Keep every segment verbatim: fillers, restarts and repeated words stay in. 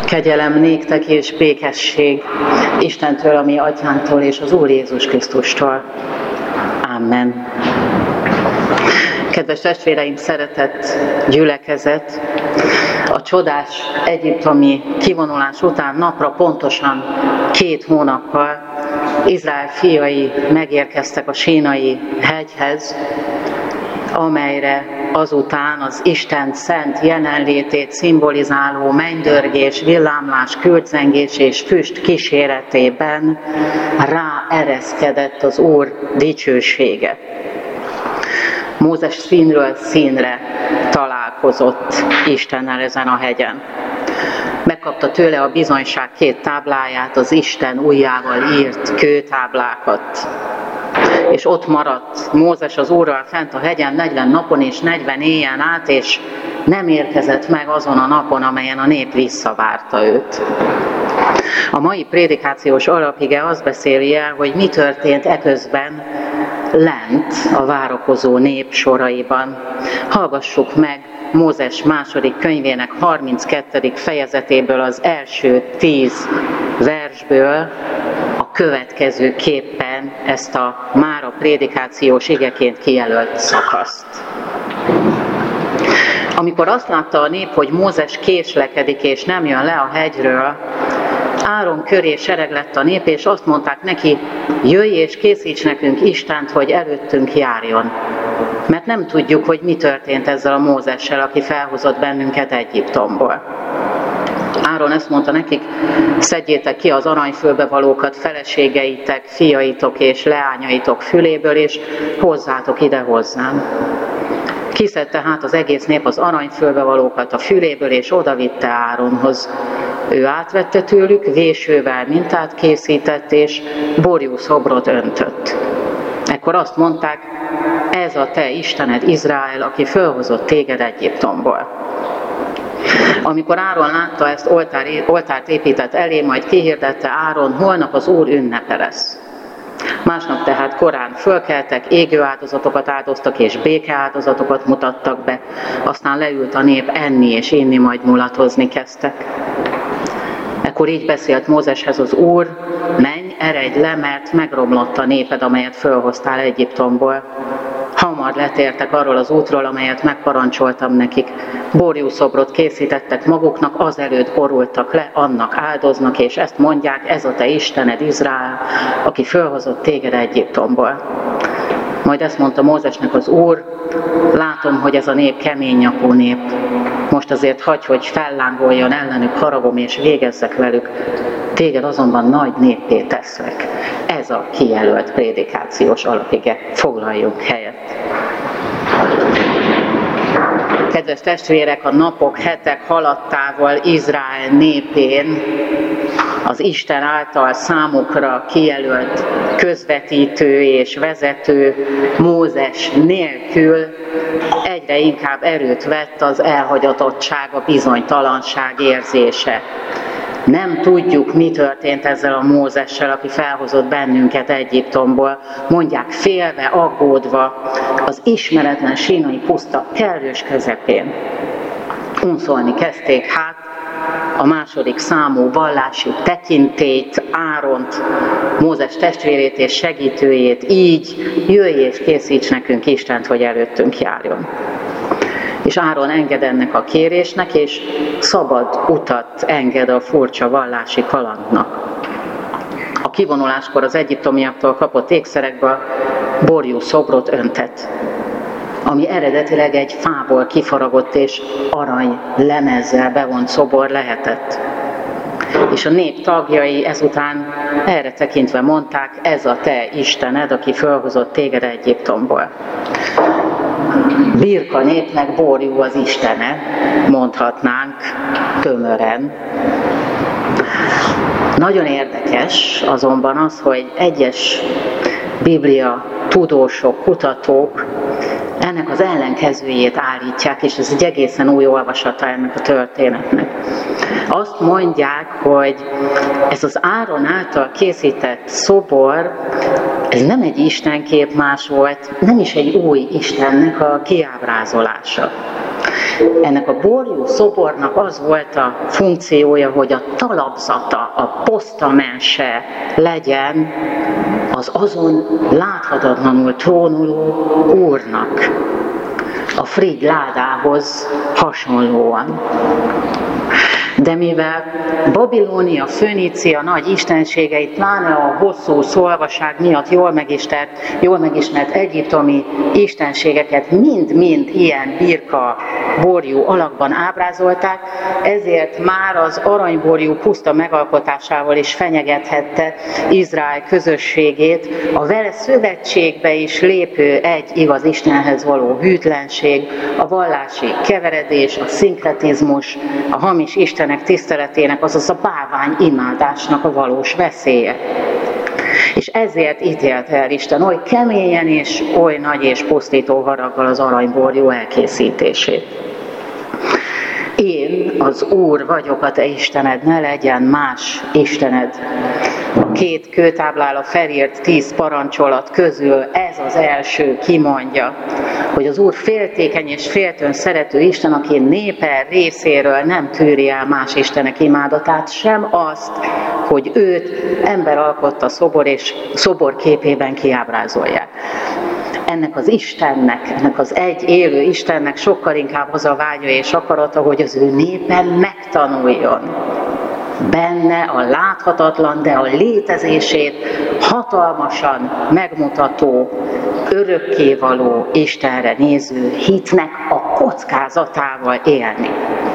Kegyelem néktek és békesség Istentől, a mi atyánktól és az Úr Jézus Krisztustól. Amen. Kedves testvéreim, szeretett gyülekezet, a csodás egyiptomi kivonulás után napra pontosan két hónappal Izrael fiai megérkeztek a Sínai hegyhez, amelyre azután az Isten szent jelenlétét szimbolizáló mennydörgés, villámlás, kürtzengés és füst kíséretében ráereszkedett az Úr dicsősége. Mózes színről színre találkozott Istennel ezen a hegyen. Megkapta tőle a bizonyság két tábláját, az Isten ujjával írt kőtáblákat. És ott maradt Mózes az Úrral fent a hegyen negyven napon és negyven éjjel át, és nem érkezett meg azon a napon, amelyen a nép visszavárta őt. A mai prédikációs alapige azt beszéli el, hogy mi történt eközben lent a várakozó nép soraiban. Hallgassuk meg Mózes második könyvének harminckettedik fejezetéből az első tíz versből a következőképpen ezt a mára prédikációs igeként kijelölt szakaszt. Amikor azt látta a nép, hogy Mózes késlekedik és nem jön le a hegyről, Áron köré sereg lett a nép, és azt mondták neki, jöjj és készíts nekünk Istent, hogy előttünk járjon. Mert nem tudjuk, hogy mi történt ezzel a Mózessel, aki felhozott bennünket Egyiptomból. Áron ezt mondta nekik, szedjétek ki az aranyfülbevalókat feleségeitek, fiaitok és leányaitok füléből, és hozzátok ide hozzám. Kiszedte hát az egész nép az aranyfülbevalókat a füléből, és odavitte Áronhoz. Ő átvette tőlük, vésővel mintát készített, és borjú szobrot öntött. Ekkor azt mondták, ez a te Istened Izrael, aki fölhozott téged Egyiptomból. Amikor Áron látta ezt, oltár, oltárt épített elé, majd kihirdette Áron, holnap az Úr ünnepe lesz. Másnap tehát korán fölkeltek, égő áldozatokat áldoztak és békeáldozatokat mutattak be, aztán leült a nép enni és inni, majd mulatozni kezdtek. Ekkor így beszélt Mózeshez az Úr, menj, eredj le, mert megromlott a néped, amelyet fölhoztál Egyiptomból. Hamar letértek arról az útról, amelyet megparancsoltam nekik. Borjú szobrot készítettek maguknak, azelőtt borultak le, annak áldoznak, és ezt mondják, ez a te Istened Izrael, aki fölhozott téged Egyiptomból. Majd ezt mondta Mózesnek az Úr, látom, hogy ez a nép kemény nyakú nép. Most azért hagyj, hogy fellángoljon ellenük haragom, és végezzek velük. Téged azonban nagy néppé teszlek. Ez a kijelölt prédikációs alapige. Foglaljunk helyet. Kedves testvérek, a napok, hetek haladtával Izrael népén az Isten által számukra kijelölt közvetítő és vezető Mózes nélkül egyre inkább erőt vett az elhagyatottság, a bizonytalanság érzése. Nem tudjuk, mi történt ezzel a Mózessel, aki felhozott bennünket Egyiptomból. Mondják félve, aggódva, az ismeretlen sínai puszta kellős közepén. Unszolni kezdték hát a második számú vallási tekintélyt, Áront, Mózes testvérét és segítőjét, így jöjj és készíts nekünk Istent, hogy előttünk járjon. És Áron enged ennek a kérésnek, és szabad utat enged a furcsa vallási kalandnak. A kivonuláskor az egyiptomiaktól kapott ékszerekből borjú szobrot öntett, ami eredetileg egy fából kifaragott és arany lemezzel bevont szobor lehetett. És a nép tagjai ezután erre tekintve mondták, ez a te Istened, aki fölhozott téged Egyiptomból. Birka népnek borjú az Istene, mondhatnánk tömören. Nagyon érdekes azonban az, hogy egyes Biblia tudósok, kutatók ennek az ellenkezőjét állítják, és ez egy egészen új olvasata ennek a történetnek. Azt mondják, hogy ez az Áron által készített szobor, ez nem egy istenkép más volt, nem is egy új Istennek a kiábrázolása. Ennek a borjú szobornak az volt a funkciója, hogy a talapzata, a posztamense legyen az azon láthatatlanul trónuló Úrnak, a frigy ládához hasonlóan. De mivel Babilónia, Fönícia nagy istenségeit, pláne a hosszú szolgaság miatt jól megismert, jól megismert egyiptomi istenségeket mind-mind ilyen birka borjú alakban ábrázolták, ezért már az aranyborjú puszta megalkotásával is fenyegethette Izrael közösségét, a vele szövetségbe is lépő egy igaz Istenhez való hűtlenség, a vallási keveredés, a szinkretizmus, a hamis Isten tiszteletének, azaz a bálvány imádásnak a valós veszélye. És ezért ítélte el Isten oly keményen és oly nagy és pusztító haraggal az aranyborjú elkészítését. Én az Úr vagyok, a te Istened, ne legyen más Istened. A két kőtáblán felírt tíz parancsolat közül ez az első kimondja, hogy az Úr féltékeny és féltőn szerető Isten, aki népe részéről nem tűri el más istenek imádatát, sem azt, hogy őt ember alkotta szobor és szobor képében kiábrázolják. Ennek az Istennek, ennek az egy élő Istennek sokkal inkább az a vágya és akarata, hogy az ő népe megtanuljon benne a láthatatlan, de a létezését hatalmasan megmutató, örökkévaló Istenre néző hitnek a kockázatával élni.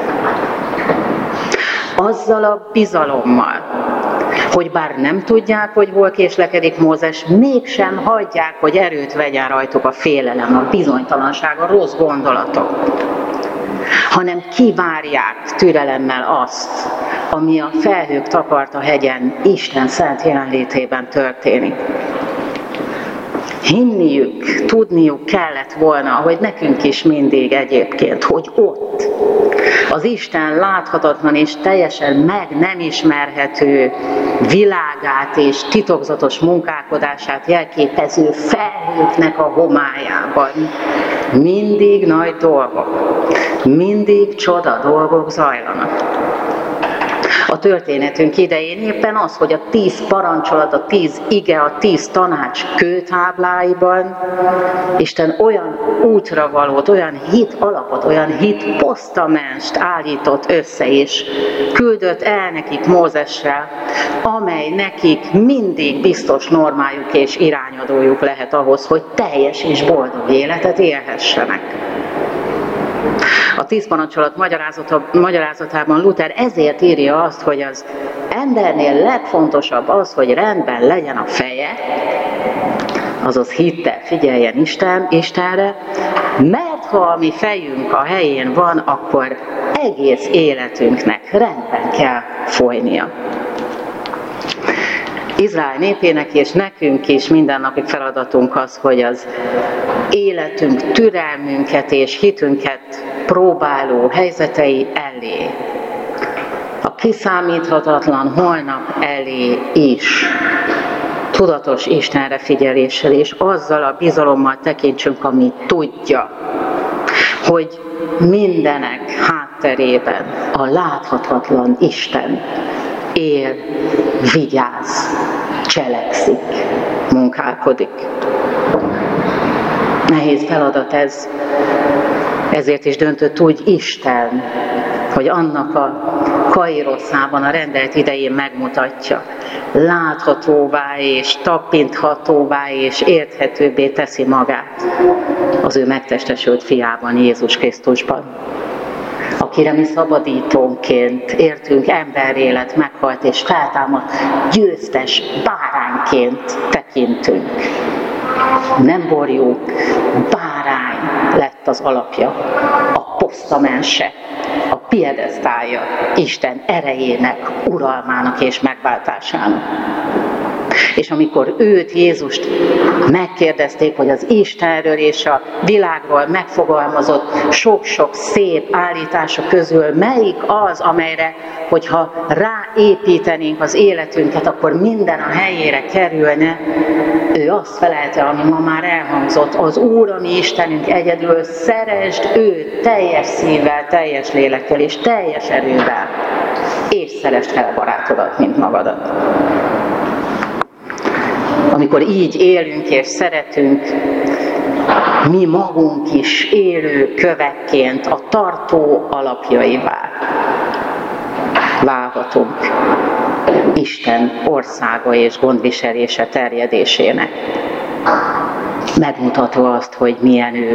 Azzal a bizalommal, hogy bár nem tudják, hogy hol késlekedik Mózes, mégsem hagyják, hogy erőt vegyen rajtuk a félelem, a bizonytalanság, a rossz gondolatok, hanem kivárják türelemmel azt, ami a felhők takarta hegyen Isten szent jelenlétében történik. Hinniük, tudniuk kellett volna, hogy nekünk is mindig egyébként, hogy ott az Isten láthatatlan és teljesen meg nem ismerhető világát és titokzatos munkálkodását jelképező felhőknek a homályában mindig nagy dolgok, mindig csoda dolgok zajlanak. A történetünk idején éppen az, hogy a tíz parancsolat, a tíz ige, a tíz tanács kőtábláiban Isten olyan útra valót, olyan hit alapot, olyan hit posztamenst állított össze, és küldött el nekik Mózessel, amely nekik mindig biztos normájuk és irányadójuk lehet ahhoz, hogy teljes és boldog életet élhessenek. A tíz parancsolat magyarázatában Luther ezért írja azt, hogy az embernél legfontosabb az, hogy rendben legyen a feje, azaz hittel figyeljen Isten, Istenre, mert ha a mi fejünk a helyén van, akkor egész életünknek rendben kell folynia. Izrael népének és nekünk is mindennapi feladatunk az, hogy az életünk türelmünket és hitünket próbáló helyzetei elé, a kiszámíthatatlan holnap elé is tudatos Istenre figyeléssel és azzal a bizalommal tekintsünk, ami tudja, hogy mindenek hátterében a láthatatlan Isten él, vigyáz, cselekszik, munkálkodik. Nehéz feladat ez, ezért is döntött úgy Isten, hogy annak a Kairoszában a rendelt idején megmutatja, láthatóvá és tapinthatóvá és érthetőbbé teszi magát az ő megtestesült fiában, Jézus Krisztusban, akire mi szabadítónként értünk emberélet, meghalt és feltámadt, győztes bárányként tekintünk. Nem borjú, bárány lett az alapja, a posztamense, a piedesztálja Isten erejének, uralmának és megváltásának. És amikor őt, Jézust megkérdezték, hogy az Istenről és a világról megfogalmazott sok-sok szép állítása közül melyik az, amelyre, hogyha ráépítenénk az életünket, akkor minden a helyére kerülne, ő azt felelte, ami ma már elhangzott: az Úr, a mi Istenünk egyedül, szeresd őt teljes szívvel, teljes lélekkel és teljes erővel, és szeresd fel barátodat, mint magadat. Amikor így élünk és szeretünk, mi magunk is élő kövekként a tartó alapjaivá válhatunk Isten országa és gondviselése terjedésének, megmutatva azt, hogy milyen ő.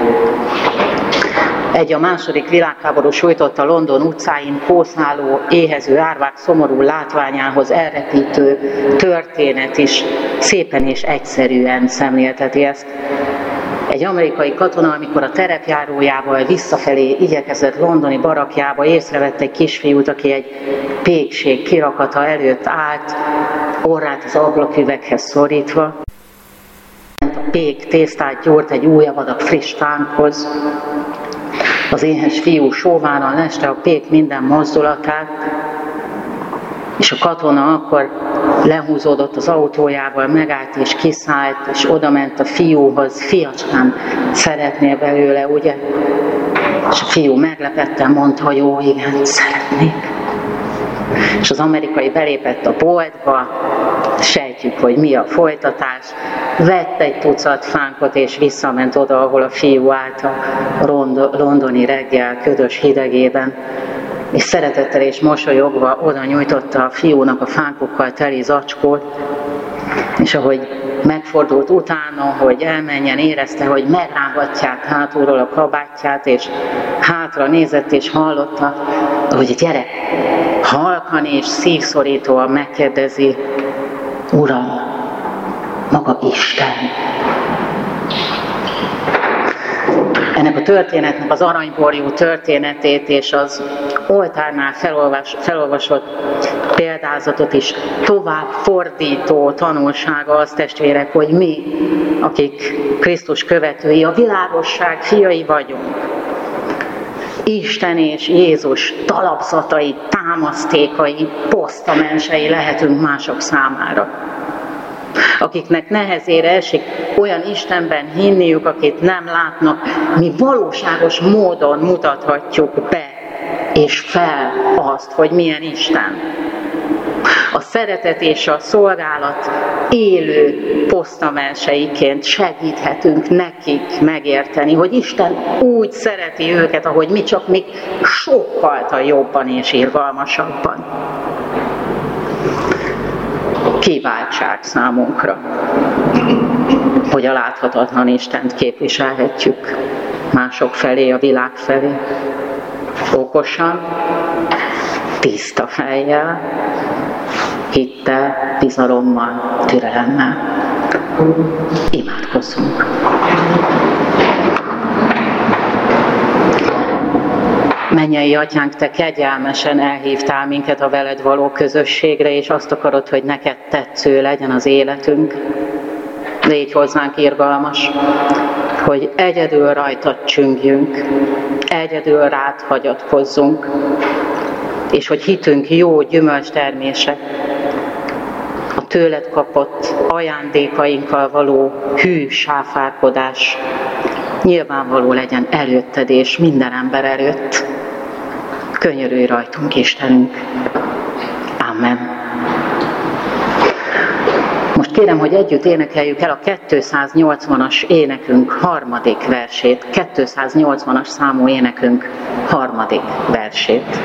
Egy a második világháború sújtotta London utcáin kószáló, éhező árvák szomorú látványához elrepítő történet is szépen és egyszerűen szemlélteti ezt. Egy amerikai katona, amikor a terepjárójával visszafelé igyekezett londoni barakjába, észrevett egy kisfiút, aki egy pékség kirakata előtt állt, orrát az ablaküveghez szorítva. A pék tésztát gyúrt egy újabb adag friss tánkhoz. Az éhes fiú sóváran leste a pék minden mozdulatát, és a katona akkor lehúzódott az autójával, megállt és kiszállt, és odament a fiúhoz: fiacskám, szeretnél belőle, ugye? És a fiú meglepetten mondta: jó, igen, szeretnék. És az amerikai belépett a boltba, sejtjük, hogy mi a folytatás, vett egy tucat fánkot, és visszament oda, ahol a fiú állt a londoni reggel ködös hidegében, és szeretettel és mosolyogva oda nyújtotta a fiúnak a fánkokkal teli zacskót, és ahogy megfordult utána, hogy elmenjen, érezte, hogy megrángatják hátulról a kabátját, és hátra nézett, és hallotta, hogy gyere, halkan és szívszorítóan megkérdezi: Uram, maga Isten. Ennek a történetnek az aranyborjú történetét és az oltárnál felolvas, felolvasott példázatot is tovább fordító tanulsága az, testvérek, hogy mi, akik Krisztus követői, a világosság fiai vagyunk. Isten és Jézus talapzatai, támasztékai, posztamensei lehetünk mások számára, akiknek nehezére esik olyan Istenben hinniük, akit nem látnak, mi valóságos módon mutathatjuk be és fel azt, hogy milyen Isten. A szeretet és a szolgálat élő posztamenseiként segíthetünk nekik megérteni, hogy Isten úgy szereti őket, ahogy mi, csak még sokkal jobban és irgalmasabban. Kiváltság számunkra, hogy a láthatatlan Istent képviselhetjük mások felé, a világ felé. Okosan, tiszta fejjel, hittel, bizalommal, türelemmel. Imádkozzunk! Mennyei Atyánk, Te kegyelmesen elhívtál minket a veled való közösségre, és azt akarod, hogy neked tetsző legyen az életünk. Légy hozzánk irgalmas, hogy egyedül rajtad csüngjünk, egyedül rád hagyatkozzunk, és hogy hitünk jó gyümölcstermése, a tőled kapott ajándékainkkal való hű sáfárkodás nyilvánvaló legyen előtted és minden ember előtt. Könyörülj rajtunk, Istenünk. Amen. Most kérem, hogy együtt énekeljük el a kétszáznyolcvanas énekünk harmadik versét, kétszáznyolcvanas számú énekünk harmadik versét.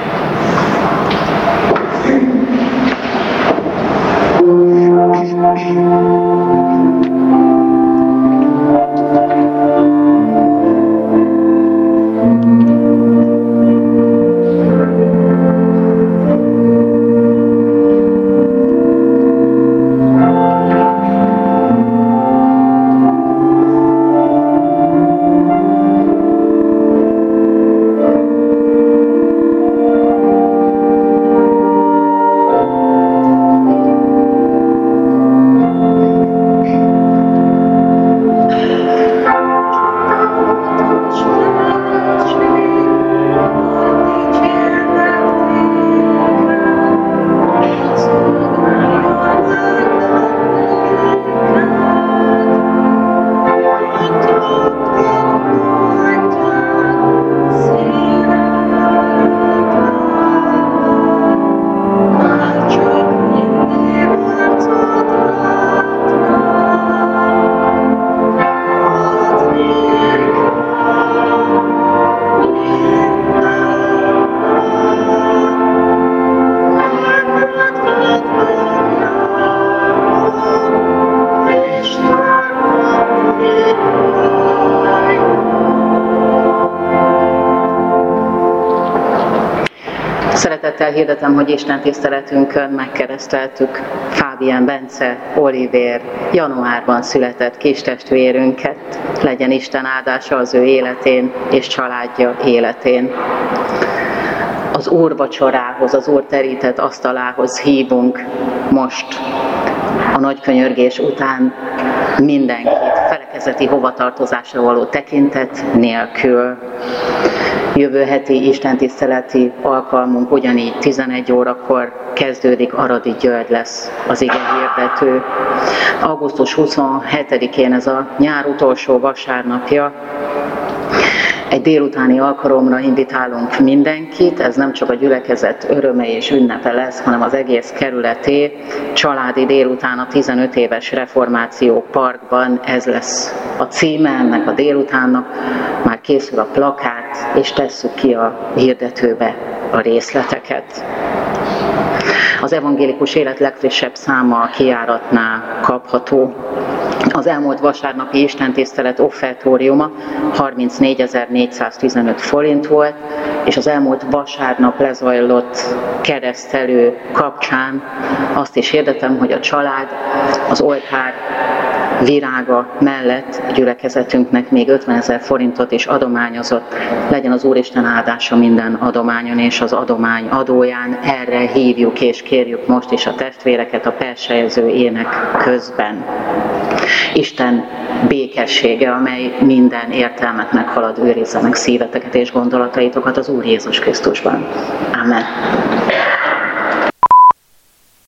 Szeretettel hirdetem, hogy Isten tiszteletünkön megkereszteltük Fábián Bence Olivér januárban született kistestvérünket. Legyen Isten áldása az ő életén és családja életén. Az Úr vacsorához, az Úr terített asztalához hívunk most a nagykönyörgés után mindenkit, felekezeti hovatartozásra való tekintet nélkül. Jövő heti istentiszteleti alkalmunk ugyanígy tizenegy órakor kezdődik, Aradi György lesz az ige hirdető. augusztus huszonhetedikén, ez a nyár utolsó vasárnapja, egy délutáni alkalomra invitálunk mindenkit, ez nem csak a gyülekezet öröme és ünnepe lesz, hanem az egész kerületé. Családi délután a tizenöt éves Reformáció Parkban, ez lesz a címe ennek a délutánnak. Már készül a plakát, és tesszük ki a hirdetőbe a részleteket. Az evangélikus élet legfrissebb száma a kijáratnál kapható. Az elmúlt vasárnapi istentisztelet offertóriuma harmincnégyezer-négyszáztizenöt forint volt, és az elmúlt vasárnap lezajlott keresztelő kapcsán azt is hirdetem, hogy a család az oltár virága mellett gyülekezetünknek még ötvenezer forintot is adományozott. Legyen az Úristen áldása minden adományon és az adomány adóján. Erre hívjuk és kérjük most is a testvéreket a persejező ének közben. Isten békessége, amely minden értelmet meghalad, őrizze meg szíveteket és gondolataitokat az Úr Jézus Krisztusban. Amen.